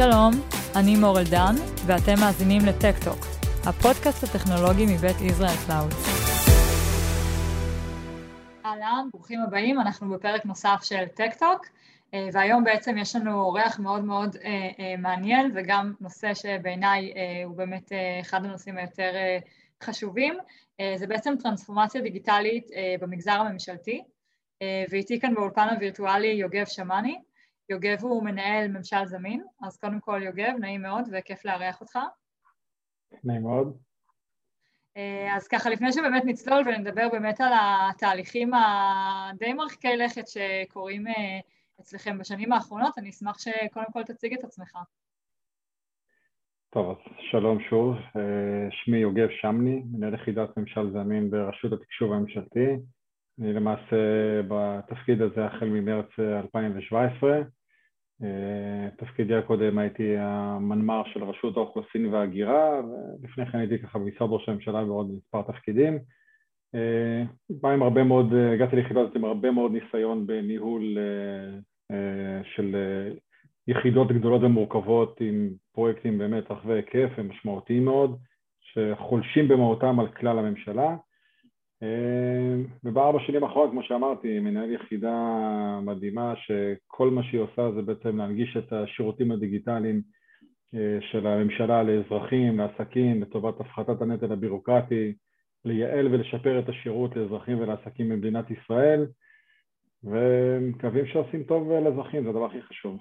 שלום, אני מורל דן, ואתם מאזינים לטק-טוק, הפודקאסט הטכנולוגי מבית ישראל קלאוד. אהלן, ברוכים הבאים, אנחנו בפרק נוסף של טק-טוק, והיום בעצם יש לנו אורח מאוד מאוד מעניין, וגם נושא שבעיניי הוא באמת אחד הנושאים היותר חשובים, זה בעצם טרנספורמציה דיגיטלית במגזר הממשלתי, ואיתי כאן באולפן הווירטואלי יוגב שמני. יוגב הוא מנהל ממשל זמין, אז קודם כל יוגב, נעים מאוד וכיף לארח אותך. נעים מאוד. אז ככה לפני שבאמת נצלול ונדבר באמת על התהליכים הדי מרחיקי לכת שקורים אצלכם בשנים האחרונות, אני אשמח שקודם כל תציג את עצמך. טוב, אז שלום שוב, שמי יוגב שמני, מנהל יחידת ממשל זמין ברשות התקשוב הממשלתי. אני למעשה בתפקיד הזה החל ממרץ 2017. תפקידי הקודם הייתי המנמ"ר של רשות האוכלוסין וההגירה, ולפני כן הייתי ככה במשרד ראש הממשלה ועוד מספר תפקידים. הגעתי ליחידות עם הרבה מאוד ניסיון בניהול של יחידות גדולות ומורכבות עם פרויקטים באמת רחבי היקף ומשמעותיים מאוד, שחולשים במהותם על כלל הממשלה. ובארבע שנים האחרונות, כמו שאמרתי, מנהל יחידה מדהימה שכל מה שהיא עושה זה בעצם להנגיש את השירותים הדיגיטליים של הממשלה לאזרחים, לעסקים, לטובת הפחתת הנטל הבירוקרטי, לייעל ולשפר את השירות לאזרחים ולעסקים במדינת ישראל, ומקווים שעושים טוב לאזרחים, זה הדבר הכי חשוב.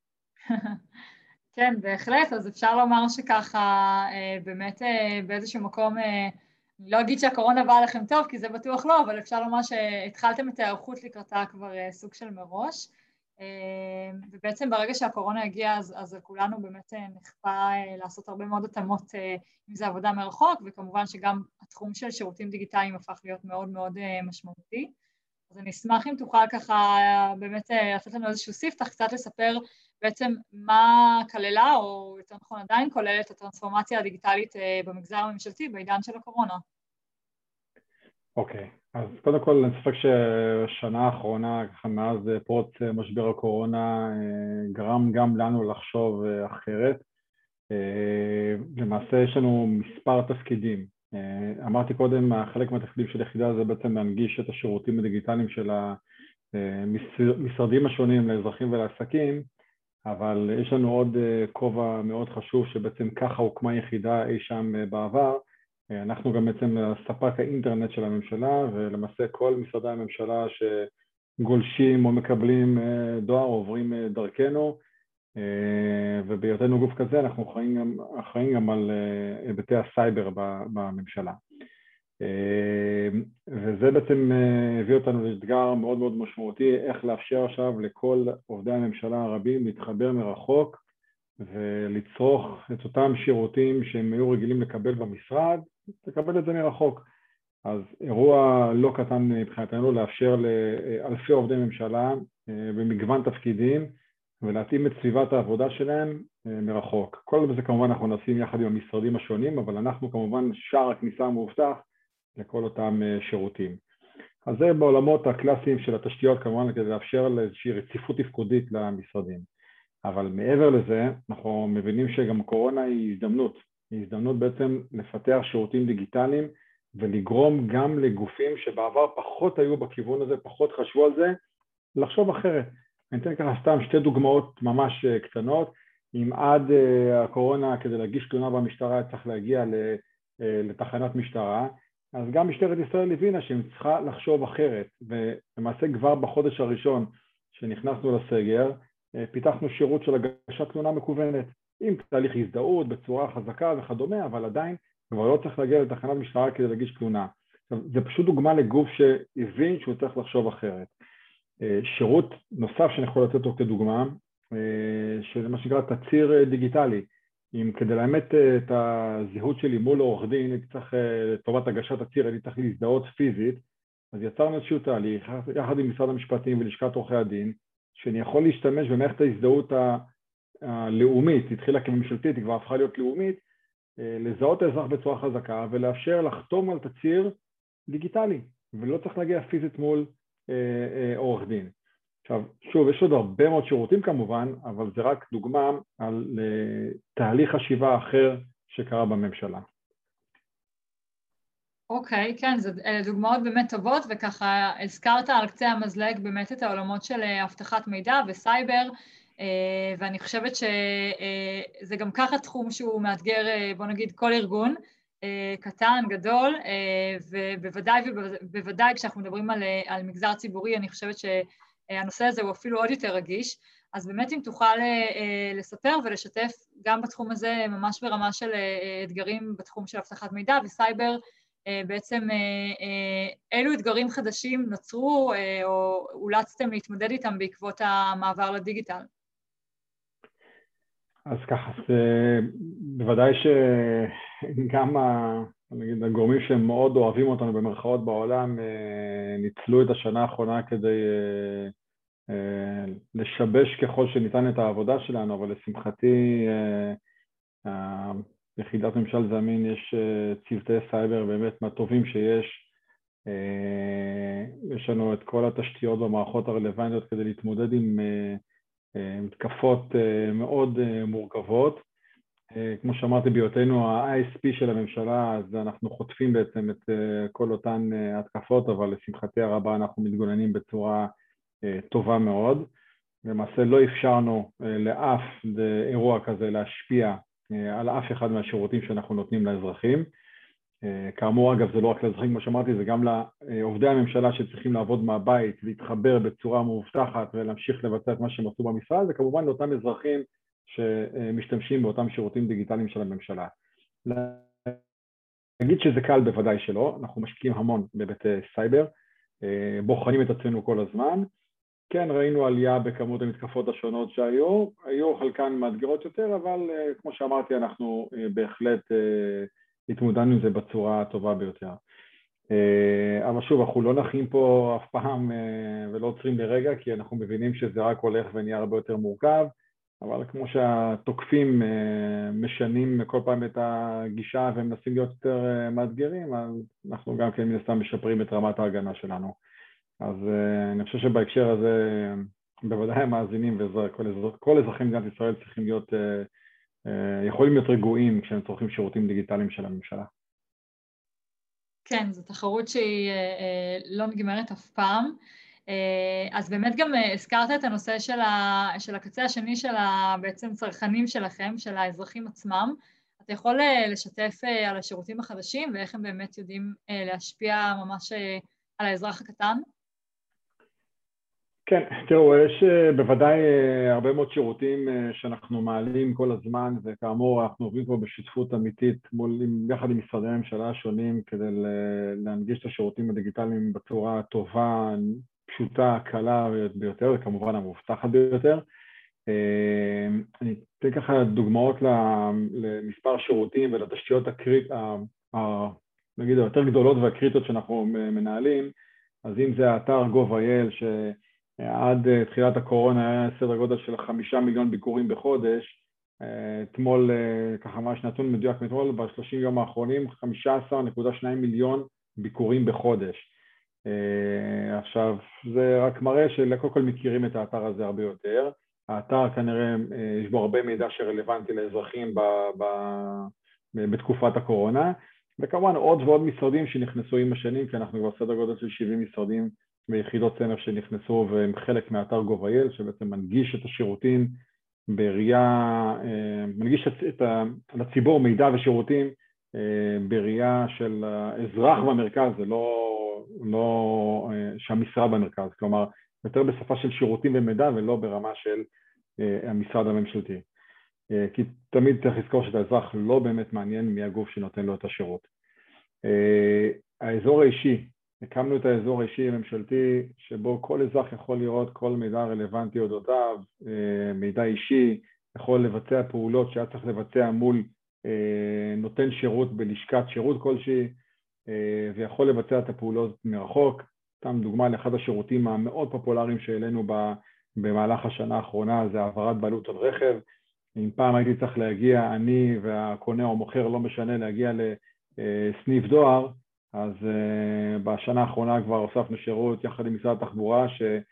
כן, בהחלט, אז אפשר לומר שככה באמת באיזשהו מקום, אני לא אגיד שהקורונה באה לכם טוב, כי זה בטוח לא, אבל אפשר לומר שהתחלתם את ההיערכות לקראתה כבר סוג של מראש, ובעצם ברגע שהקורונה הגיעה, אז כולנו באמת נכפה לעשות הרבה מאוד התאמות, אם זה עבודה מרחוק, וכמובן שגם התחום של שירותים דיגיטליים הפך להיות מאוד מאוד משמעותי. אז אני אשמח אם תוכל ככה באמת לתת לנו איזשהו ספתח, קצת לספר בעצם מה כללה, או יותר נכון עדיין כוללת הטרנספורמציה הדיגיטלית במגזר הממשלתי בעידן של הקורונה. אוקיי, אז קודם כל אני ספק ששנה האחרונה, ככה מאז פרוץ משבר הקורונה, גרם גם לנו לחשוב אחרת. למעשה יש לנו מספר תפקידים. אמרתי קודם, חלק מהתפקידים של יחידה זה בעצם להנגיש את השירותים הדיגיטליים של המשרדים השונים לאזרחים ולעסקים, אבל יש לנו עוד כובע מאוד חשוב שבעצם ככה הוקמה יחידה אי שם בעבר. אנחנו גם בעצם ספק האינטרנט של הממשלה, ולמעשה כל משרדי הממשלה שגולשים או מקבלים דואר עוברים דרכנו, ובהיותנו גוף כזה אנחנו אחראים גם על היבטי הסייבר בממשלה. וזה בעצם הביא אותנו לאתגר מאוד מאוד משמעותי, איך לאפשר עכשיו לכל עובדי הממשלה הרבים להתחבר מרחוק ולצרוך את אותם שירותים שהם היו רגילים לקבל במשרד, לקבל את זה מרחוק. אז אירוע לא קטן מבחינתנו לאפשר לאלפי עובדי ממשלה במגוון תפקידים ולהתאים את סביבת העבודה שלהם מרחוק. כל זה כמובן אנחנו נשים יחד עם המשרדים השונים, אבל אנחנו כמובן שער הכניסה המאובטח לכל אותם שירותים. אז זה בעולמות הקלאסיים של התשתיות כמובן כדי לאפשר לאיזושהי רציפות תפקודית למשרדים. אבל מעבר לזה אנחנו מבינים שגם קורונה היא הזדמנות. היא הזדמנות בעצם לפתח שירותים דיגיטליים ולגרום גם לגופים שבעבר פחות היו בכיוון הזה, פחות חשבו על זה, לחשוב אחרת. אני אתן ככה סתם שתי דוגמאות ממש קטנות. אם עד הקורונה כדי להגיש תלונה במשטרה צריך להגיע לתחנת משטרה, אז גם משטרת ישראל הבינה שהיא צריכה לחשוב אחרת, ולמעשה כבר בחודש הראשון שנכנסנו לסגר, פיתחנו שירות של הגשת תלונה מקוונת, עם תהליך הזדהות בצורה חזקה וכדומה, אבל עדיין כבר לא צריך להגיע לתחנת משטרה כדי להגיש תלונה. זה פשוט דוגמה לגוף שהבין שהוא צריך לחשוב אחרת. שירות נוסף שאני יכול לתת אותו כדוגמה, שזה מה שנקרא תצהיר דיגיטלי. אם כדי לאמת את הזהות שלי מול עורך דין, אני צריך לטובת הגשת תצהיר, אני צריך להזדהות פיזית, אז יצרנו איזשהו תהליך, יחד עם משרד המשפטים ולשכת עורכי הדין, שאני יכול להשתמש במערכת ההזדהות הלאומית, התחילה כממשלתית, היא כבר הפכה להיות לאומית, לזהות האזרח בצורה חזקה ולאפשר לחתום על תצהיר דיגיטלי, ולא צריך להגיע פיזית מול עורך דין. עכשיו, שוב, יש עוד הרבה מאוד שירותים כמובן, אבל זה רק דוגמה על תהליך חשיבה אחר שקרה בממשלה. אוקיי, כן, אלה דוגמאות באמת טובות, וככה הזכרת על קצה המזלג באמת את העולמות של אבטחת מידע וסייבר, ואני חושבת שזה גם ככה תחום שהוא מאתגר, בוא נגיד, כל ארגון, קטן, גדול, ובוודאי כשאנחנו מדברים על מגזר ציבורי, אני חושבת שהנושא הזה הוא אפילו עוד יותר רגיש, אז באמת אם תוכל לספר ולשתף גם בתחום הזה, ממש ברמה של אתגרים בתחום של אבטחת מידע וסייבר, בעצם אילו אתגרים חדשים נוצרו או אולצתם להתמודד איתם בעקבות המעבר לדיגיטל? אז ככה, בוודאי שגם נגיד, הגורמים שהם מאוד אוהבים אותנו במרכאות בעולם ניצלו את השנה האחרונה כדי לשבש ככל שניתן את העבודה שלנו, אבל לשמחתי יחידת ממשל זמין יש צוותי סייבר באמת מהטובים שיש. יש לנו את כל התשתיות והמערכות הרלוונטיות כדי להתמודד עם מתקפות מאוד מורכבות. כמו שאמרתי, בהיותנו ה-ISP של הממשלה, אז אנחנו חוטפים בעצם את כל אותן התקפות, אבל לשמחתי הרבה אנחנו מתגוננים בצורה טובה מאוד. למעשה לא אפשרנו לאף אירוע כזה להשפיע על אף אחד מהשירותים שאנחנו נותנים לאזרחים. כאמור, אגב, זה לא רק לאזרחים, כמו שאמרתי, זה גם לעובדי הממשלה שצריכים לעבוד מהבית, להתחבר בצורה מאובטחת ולהמשיך לבצע את מה שהם עשו במשרד, וכמובן לאותם אזרחים שמשתמשים באותם שירותים דיגיטליים של הממשלה. להגיד שזה קל בוודאי שלא, אנחנו משקיעים המון בבית סייבר, בוחנים את עצמנו כל הזמן. כן, ראינו עלייה בכמות המתקפות השונות שהיו, היו חלקן מאתגרות יותר, אבל כמו שאמרתי, אנחנו בהחלט התמודדנו עם זה בצורה הטובה ביותר. אבל שוב, אנחנו לא נחים פה אף פעם ולא עוצרים לרגע, כי אנחנו מבינים שזה רק הולך ונהיה הרבה יותר מורכב, אבל כמו שהתוקפים משנים כל פעם את הגישה והם מנסים להיות יותר מאתגרים, אז אנחנו גם כן מן הסתם משפרים את רמת ההגנה שלנו. אז אני חושב שבהקשר הזה, בוודאי המאזינים וכל אזרחי מדינת ישראל צריכים להיות, יכולים להיות רגועים כשהם צורכים שירותים דיגיטליים של הממשלה. כן, זו תחרות שהיא לא נגמרת אף פעם. אז באמת גם הזכרת את הנושא של הקצה השני של בעצם צרכנים שלכם, של האזרחים עצמם. אתה יכול לשתף על השירותים החדשים ואיך הם באמת יודעים להשפיע ממש על האזרח הקטן? כן, תראו, יש בוודאי הרבה מאוד שירותים שאנחנו מעלים כל הזמן, וכאמור אנחנו עובדים פה בשותפות אמיתית יחד עם משרדי הממשלה השונים כדי להנגיש את השירותים הדיגיטליים בצורה טובה, פשוטה, קלה ביותר, וכמובן המובטחת ביותר. אני אתן ככה דוגמאות למספר שירותים ולתשתיות נגיד היותר גדולות והקריטיות שאנחנו מנהלים. אז אם זה האתר gov.il שעד תחילת הקורונה היה סדר גודל של 5 מיליון ביקורים בחודש, אתמול, ככה ממש נתון מדויק מאתמול, ב-30 יום האחרונים 15.2 מיליון ביקורים בחודש. עכשיו, זה רק מראה שלכל כל מכירים את האתר הזה הרבה יותר. האתר כנראה יש בו הרבה מידע שרלוונטי לאזרחים בתקופת הקורונה, וכמובן עוד ועוד משרדים שנכנסו עם השנים, כי אנחנו כבר סדר גודל של 70 משרדים ויחידות סמך שנכנסו והם חלק מאתר gov.il, שבעצם מנגיש את השירותים בראייה, מנגיש לציבור מידע ושירותים בראייה של האזרח במרכז, זה לא שהמשרד במרכז, כלומר יותר בשפה של שירותים ומידע ולא ברמה של המשרד הממשלתי. כי תמיד צריך לזכור שאת האזרח לא באמת מעניין מי הגוף שנותן לו את השירות. האזור האישי, הקמנו את האזור האישי הממשלתי שבו כל אזרח יכול לראות כל מידע רלוונטי אודותיו, מידע אישי, יכול לבצע פעולות שהיה צריך לבצע מול נותן שירות בלשכת שירות כלשהי, ויכול לבצע את הפעולות מרחוק. סתם דוגמה לאחד השירותים המאוד פופולריים שהעלינו במהלך השנה האחרונה, זה העברת בעלות על רכב. אם פעם הייתי צריך להגיע, אני והקונה או מוכר, לא משנה, להגיע לסניף דואר, אז בשנה האחרונה כבר הוספנו שירות יחד עם משרד התחבורה,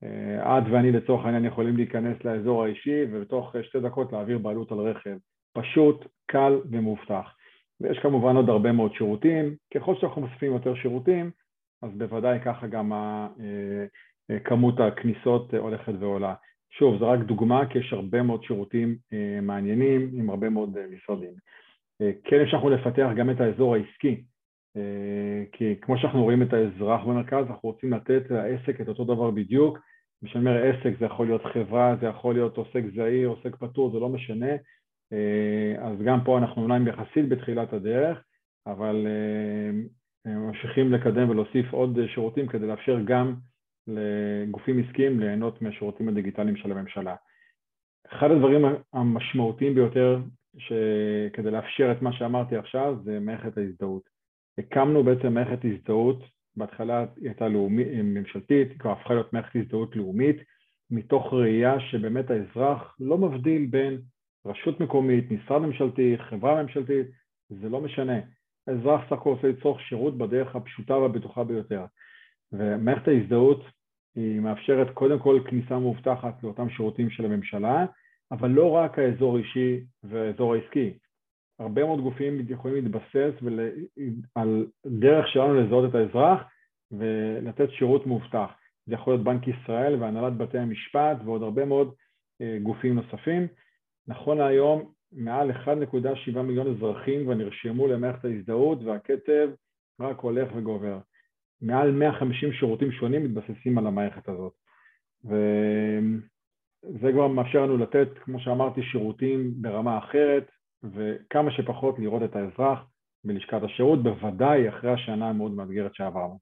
את ואני לצורך העניין יכולים להיכנס לאזור האישי ובתוך 2 דקות להעביר בעלות על רכב. פשוט, קל ומובטח. ויש כמובן עוד הרבה מאוד שירותים. ככל שאנחנו מוסיפים יותר שירותים, אז בוודאי ככה גם כמות הכניסות הולכת ועולה. שוב, זו רק דוגמה, כי יש הרבה מאוד שירותים מעניינים עם הרבה מאוד משרדים. כן אפשר לפתח גם את האזור העסקי, כי כמו שאנחנו רואים את האזרח במרכז, אנחנו רוצים לתת לעסק את אותו דבר בדיוק. כשאני אומר עסק, זה יכול להיות חברה, זה יכול להיות עוסק זעיר, עוסק פטור, זה לא משנה. אז גם פה אנחנו אולי יחסית בתחילת הדרך, אבל ממשיכים לקדם ולהוסיף עוד שירותים כדי לאפשר גם לגופים עסקיים ליהנות מהשירותים הדיגיטליים של הממשלה. אחד הדברים המשמעותיים ביותר כדי לאפשר את מה שאמרתי עכשיו זה מערכת ההזדהות. הקמנו בעצם מערכת הזדהות, בהתחלה הייתה ממשלתית, כבר הפכה להיות מערכת הזדהות לאומית, מתוך ראייה שבאמת האזרח לא מבדיל בין רשות מקומית, משרד ממשלתי, חברה ממשלתית, זה לא משנה. האזרח סך הכל רוצה לצורך שירות בדרך הפשוטה והבטוחה ביותר. ומערכת ההזדהות היא מאפשרת קודם כל כניסה מובטחת לאותם שירותים של הממשלה, אבל לא רק האזור האישי והאזור העסקי. הרבה מאוד גופים יכולים להתבסס על דרך שלנו לזהות את האזרח ולתת שירות מובטח. זה יכול להיות בנק ישראל והנהלת בתי המשפט ועוד הרבה מאוד גופים נוספים. נכון להיום, מעל 1.7 מיליון אזרחים ונרשמו למערכת ההזדהות, והקצב רק הולך וגובר. מעל 150 שירותים שונים מתבססים על המערכת הזאת. וזה כבר מאפשר לנו לתת, כמו שאמרתי, שירותים ברמה אחרת, וכמה שפחות לראות את האזרח בלשכת השירות, בוודאי אחרי השנה המאוד מאתגרת שעברנו.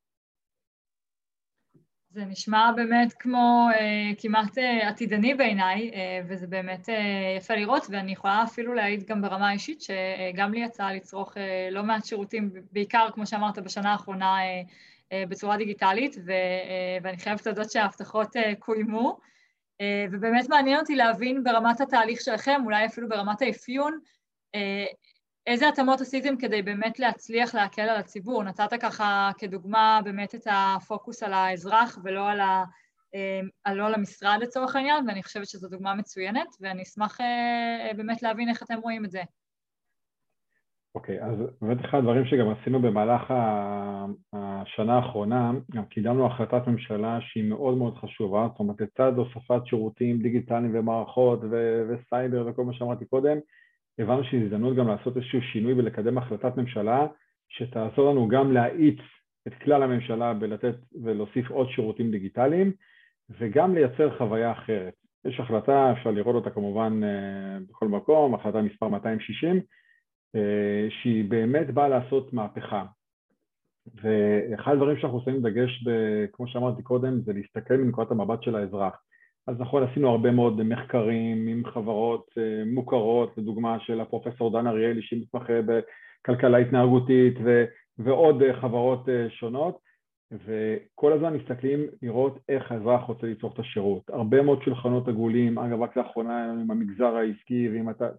זה נשמע באמת כמו כמעט עתידני בעיניי, וזה באמת יפה לראות, ואני יכולה אפילו להעיד גם ברמה האישית, שגם לי יצא לצרוך לא מעט שירותים, בעיקר כמו שאמרת בשנה האחרונה בצורה דיגיטלית, ואני חייבת להודות שההבטחות קוימו, ובאמת מעניין אותי להבין ברמת התהליך שלכם, אולי אפילו ברמת האפיון, איזה התאמות עשיתם כדי באמת להצליח להקל על הציבור? נתת ככה כדוגמה באמת את הפוקוס על האזרח ולא על המשרד לצורך העניין, ואני חושבת שזו דוגמה מצוינת, ואני אשמח באמת להבין איך אתם רואים את זה. אוקיי, אז באמת אחד הדברים שגם עשינו במהלך השנה האחרונה, גם קידמנו החלטת ממשלה שהיא מאוד מאוד חשובה, זאת אומרת לצד הוספת שירותים דיגיטליים ומערכות וסייבר וכל מה שאמרתי קודם, הבנו שזו הזדמנות גם לעשות איזשהו שינוי ולקדם החלטת ממשלה שתעזור לנו גם להאיץ את כלל הממשלה בלתת ולהוסיף עוד שירותים דיגיטליים וגם לייצר חוויה אחרת. יש החלטה, אפשר לראות אותה כמובן בכל מקום, החלטה מספר 260, שהיא באמת באה לעשות מהפכה. ואחד הדברים שאנחנו עושים דגש, כמו שאמרתי קודם, זה להסתכל מנקודת המבט של האזרח. אז נכון, עשינו הרבה מאוד מחקרים עם חברות מוכרות, לדוגמה של הפרופסור דן אריאלי שמתמחה בכלכלה התנהגותית ועוד חברות שונות, וכל הזמן מסתכלים לראות איך האזרח רוצה לצרוך את השירות. הרבה מאוד שולחנות עגולים, אגב רק לאחרונה עם המגזר העסקי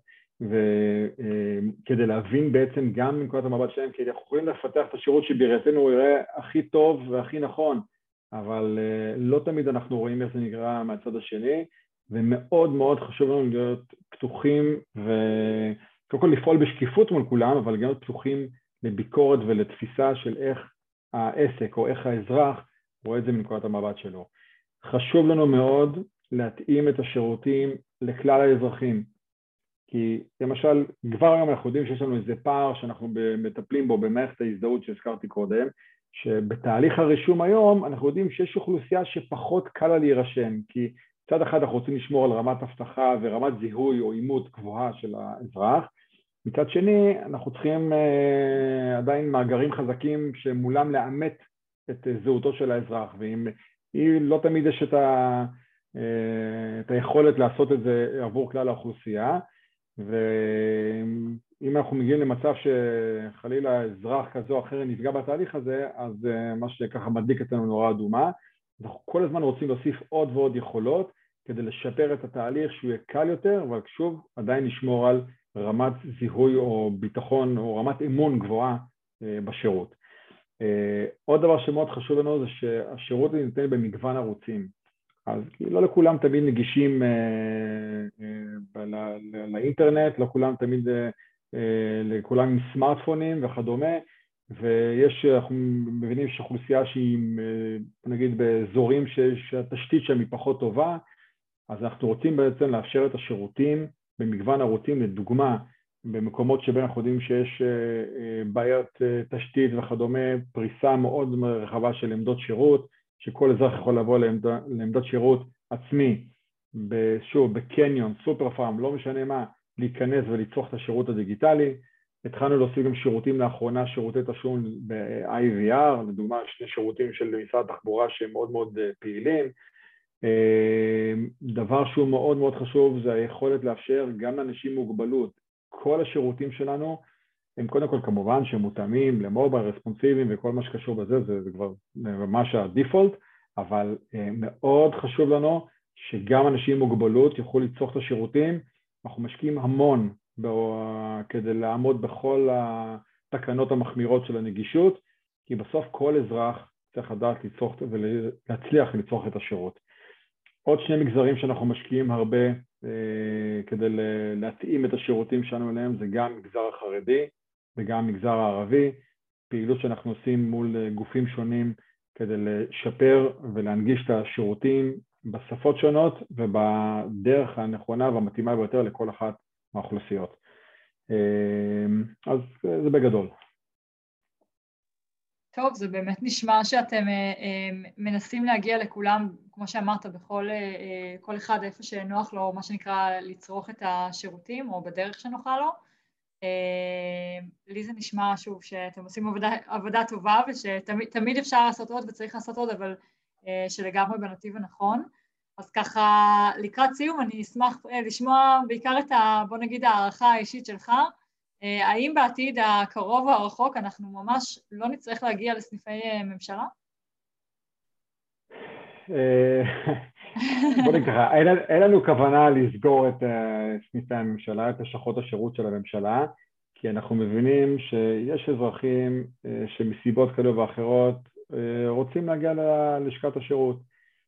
וכדי להבין בעצם גם מנקודת המבט שלהם, כי אנחנו יכולים לפתח את השירות שבראייתנו הוא יראה הכי טוב והכי נכון, אבל לא תמיד אנחנו רואים איך זה נקרא מהצד השני, ומאוד מאוד חשוב לנו להיות פתוחים וקודם כל לפעול בשקיפות מול כולם, אבל גם להיות פתוחים לביקורת ולתפיסה של איך העסק או איך האזרח רואה את זה מנקודת המבט שלו. חשוב לנו מאוד להתאים את השירותים לכלל האזרחים, כי למשל כבר היום אנחנו יודעים שיש לנו איזה פער שאנחנו מטפלים בו במערכת ההזדהות שהזכרתי קודם, שבתהליך הרישום היום אנחנו יודעים שיש אוכלוסייה שפחות קל לה להירשם, כי מצד אחד אנחנו רוצים לשמור על רמת הבטחה ורמת זיהוי או אימות גבוהה של האזרח, מצד שני אנחנו צריכים עדיין מאגרים חזקים שמולם לאמת את זהותו של האזרח, ואם לא תמיד יש את היכולת לעשות את זה עבור כלל האוכלוסייה, ואם אנחנו מגיעים למצב שחלילה אזרח כזה או אחר נפגע בתהליך הזה, אז מה שככה מדליק אצלנו נורא אדומה. אנחנו כל הזמן רוצים להוסיף עוד ועוד יכולות כדי לשפר את התהליך שהוא יהיה קל יותר, אבל שוב עדיין נשמור על רמת זיהוי או ביטחון או רמת אמון גבוהה בשירות. עוד דבר שמאוד חשוב לנו זה שהשירות ניתן במגוון ערוצים. אז לא לכולם תמיד נגישים לאינטרנט, לא כולם תמיד, לכולם עם סמארטפונים וכדומה, אנחנו מבינים שאוכלוסייה שהיא, נגיד, באזורים שהתשתית שם היא פחות טובה, אז אנחנו רוצים בעצם לאפשר את השירותים במגוון ערוצים. לדוגמה, במקומות שבהם אנחנו יודעים שיש בעיית תשתית וכדומה, פריסה מאוד רחבה של עמדות שירות, שכל אזרח יכול לבוא לעמדת שירות עצמי, שוב, בקניון, סופר פארם, לא משנה מה, להיכנס וליצור את השירות הדיגיטלי. התחלנו להוסיף גם שירותים לאחרונה, שירותי תשלום ב-IVR, לדוגמה 2 שירותים של משרד התחבורה שהם מאוד מאוד פעילים. דבר שהוא מאוד מאוד חשוב זה היכולת לאפשר גם לאנשים עם מוגבלות. כל השירותים שלנו הם קודם כל כמובן שמותאמים למובייל, רספונסיביים וכל מה שקשור בזה, זה כבר ממש הדיפולט, אבל מאוד חשוב לנו שגם אנשים עם מוגבלות יוכלו לצרוך את השירותים. אנחנו משקיעים המון כדי לעמוד בכל התקנות המחמירות של הנגישות, כי בסוף כל אזרח צריך לדעת לצרוך ולהצליח לצרוך את השירות. עוד 2 מגזרים שאנחנו משקיעים הרבה כדי להתאים את השירותים שלנו אליהם, זה גם מגזר החרדי וגם מגזר הערבי, פעילות שאנחנו עושים מול גופים שונים כדי לשפר ולהנגיש את השירותים בשפות שונות ובדרך הנכונה והמתאימה ביותר לכל אחת מהאוכלוסיות. אז זה בגדול. טוב, זה באמת נשמע שאתם מנסים להגיע לכולם, כמו שאמרת, כל אחד איפה שנוח לו, מה שנקרא, לצרוך את השירותים או בדרך שנוחה לו. לי זה נשמע שוב שאתם עושים עבודה טובה ושתמיד אפשר לעשות עוד וצריך לעשות עוד, אבל שלגמרי בנתיב הנכון. אז ככה לקראת סיום אני אשמח לשמוע בעיקר בוא נגיד הערכה האישית שלך. האם בעתיד הקרוב או הרחוק אנחנו ממש לא נצטרך להגיע לסניפי ממשלה? בוא נגיד ככה, אין לנו כוונה לסגור את סניפי הממשלה, את לשכות השירות של הממשלה, כי אנחנו מבינים שיש אזרחים שמסיבות כאלה ואחרות רוצים להגיע ללשכת השירות.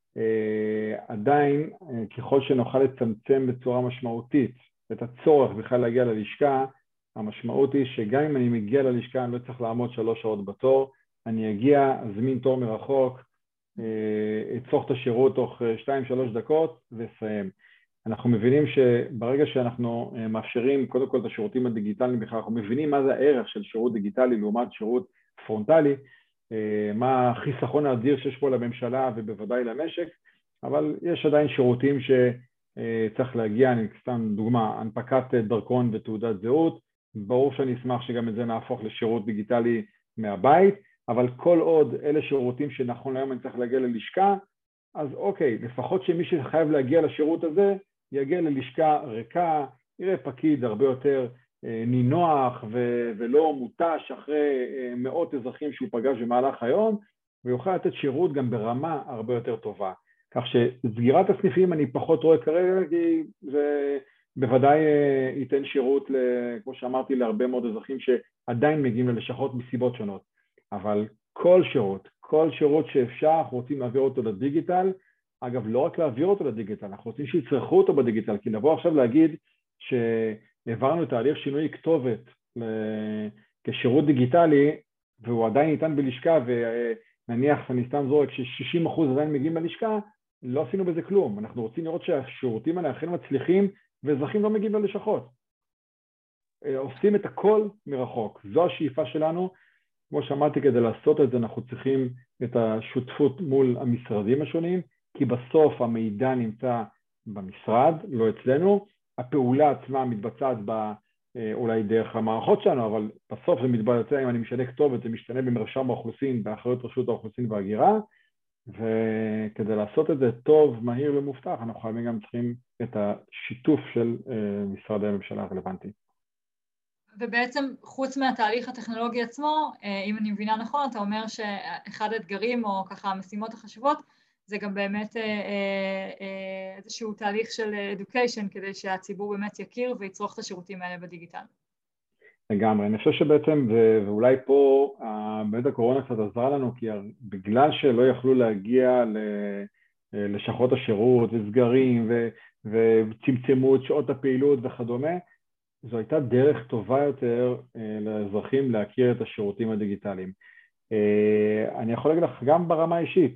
עדיין, ככל שנוכל לצמצם בצורה משמעותית את הצורך בכלל להגיע ללשכה, המשמעות היא שגם אם אני מגיע ללשכה אני לא צריך לעמוד 3 שעות בתור, אני אגיע, אזמין תור מרחוק, אצרוך את השירות תוך 2-3 דקות וסיים. אנחנו מבינים שברגע שאנחנו מאפשרים קודם כל את השירותים הדיגיטליים בכלל, אנחנו מבינים מה זה הערך של שירות דיגיטלי לעומת שירות פרונטלי, מה החיסכון האדיר שיש פה לממשלה ובוודאי למשק, אבל יש עדיין שירותים שצריך להגיע, אני סתם דוגמה, הנפקת דרכון ותעודת זהות, ברור שאני אשמח שגם את זה נהפוך לשירות דיגיטלי מהבית, אבל כל עוד אלה שירותים שנכון להיום אני צריך להגיע ללשכה, אז אוקיי, לפחות שמי שחייב להגיע לשירות הזה, יגיע ללשכה ריקה, יראה פקיד הרבה יותר נינוח ולא מוטש אחרי מאות אזרחים שהוא פגש במהלך היום, ויוכל לתת שירות גם ברמה הרבה יותר טובה. כך שסגירת הסניפים אני פחות רואה כרגע, כי זה בוודאי ייתן שירות, כמו שאמרתי, להרבה מאוד אזרחים שעדיין מגיעים ללשכות מסיבות שונות. אבל כל שירות שאפשר, אנחנו רוצים להעביר אותו לדיגיטל. אגב, לא רק להעביר אותו לדיגיטל, אנחנו רוצים שיצרכו אותו בדיגיטל, כי לבוא עכשיו להגיד שהעברנו את תהליך שינוי כתובת כשירות דיגיטלי, והוא עדיין ניתן בלשכה, ונניח אני סתם זורק ש60% עדיין מגיעים ללשכה, לא עשינו בזה כלום. אנחנו רוצים לראות שהשירותים האלה אכן מצליחים, ואזרחים לא מגיעים ללשכות. עושים את הכל מרחוק. זו השאיפה שלנו. כמו שאמרתי, כדי לעשות את זה אנחנו צריכים את השותפות מול המשרדים השונים, כי בסוף המידע נמצא במשרד, לא אצלנו. הפעולה עצמה מתבצעת אולי דרך המערכות שלנו, אבל בסוף זה מתבצע, אם אני משנה כתובת, זה משתנה במרשם האוכלוסין, באחריות רשות האוכלוסין וההגירה, וכדי לעשות את זה טוב, מהיר ומובטח, אנחנו חייבים גם צריכים את השיתוף של משרדי הממשלה הרלוונטיים. ובעצם חוץ מהתהליך הטכנולוגי עצמו, אם אני מבינה נכון, אתה אומר שאחד האתגרים או ככה המשימות החשובות, זה גם באמת איזשהו תהליך של education, כדי שהציבור באמת יכיר ויצרוך את השירותים האלה בדיגיטל. לגמרי, אני חושב שבעצם, ואולי פה באמת הקורונה קצת עזרה לנו, כי בגלל שלא יכלו להגיע לשכות השירות וסגרים וצמצמו את שעות הפעילות וכדומה, זו הייתה דרך טובה יותר לאזרחים להכיר את השירותים הדיגיטליים. אני יכול להגיד לך גם ברמה האישית,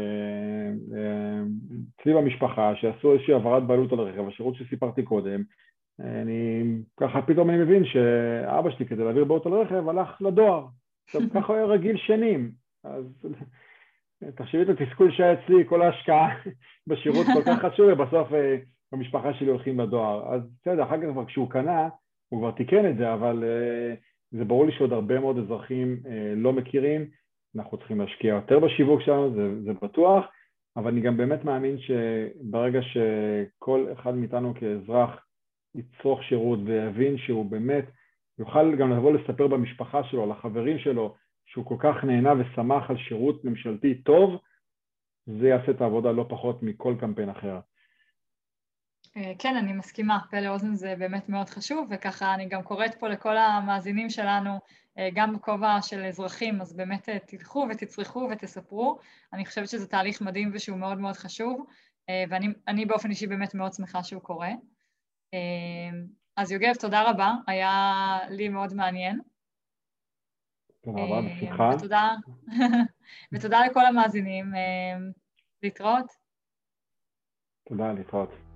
שאצלי במשפחה שעשו איזושהי העברת בעלות על הרכב, השירות שסיפרתי קודם, ככה פתאום אני מבין שאבא שלי כדי להעביר בעלות על הרכב הלך לדואר. עכשיו ככה היה רגיל שנים, אז תחשבי את התסכול שהיה אצלי, כל ההשקעה בשירות כל כך חשוב, ובסוף במשפחה שלי הולכים לדואר. אז בסדר, אחר כך כבר כשהוא קנה, הוא כבר תיקן את זה, אבל זה ברור לי שעוד הרבה מאוד אזרחים לא מכירים, אנחנו צריכים להשקיע יותר בשיווק שלנו, זה בטוח, אבל אני גם באמת מאמין שברגע שכל אחד מאיתנו כאזרח יצרוך שירות ויבין שהוא באמת יוכל גם לבוא לספר במשפחה שלו, לחברים שלו, שהוא כל כך נהנה ושמח על שירות ממשלתי טוב, זה יעשה את העבודה לא פחות מכל קמפיין אחר. כן, אני מסכימה, פה לאוזן זה באמת מאוד חשוב, וככה אני גם קוראת פה לכל המאזינים שלנו, גם בכובע של אזרחים, אז באמת תלכו ותצרכו ותספרו. אני חושבת שזה תהליך מדהים ושהוא מאוד מאוד חשוב, ואני באופן אישי באמת מאוד שמחה שהוא קורה. אז יוגב, תודה רבה, היה לי מאוד מעניין. תודה רבה, בשמחה. ותודה לכל המאזינים. להתראות. תודה, להתראות.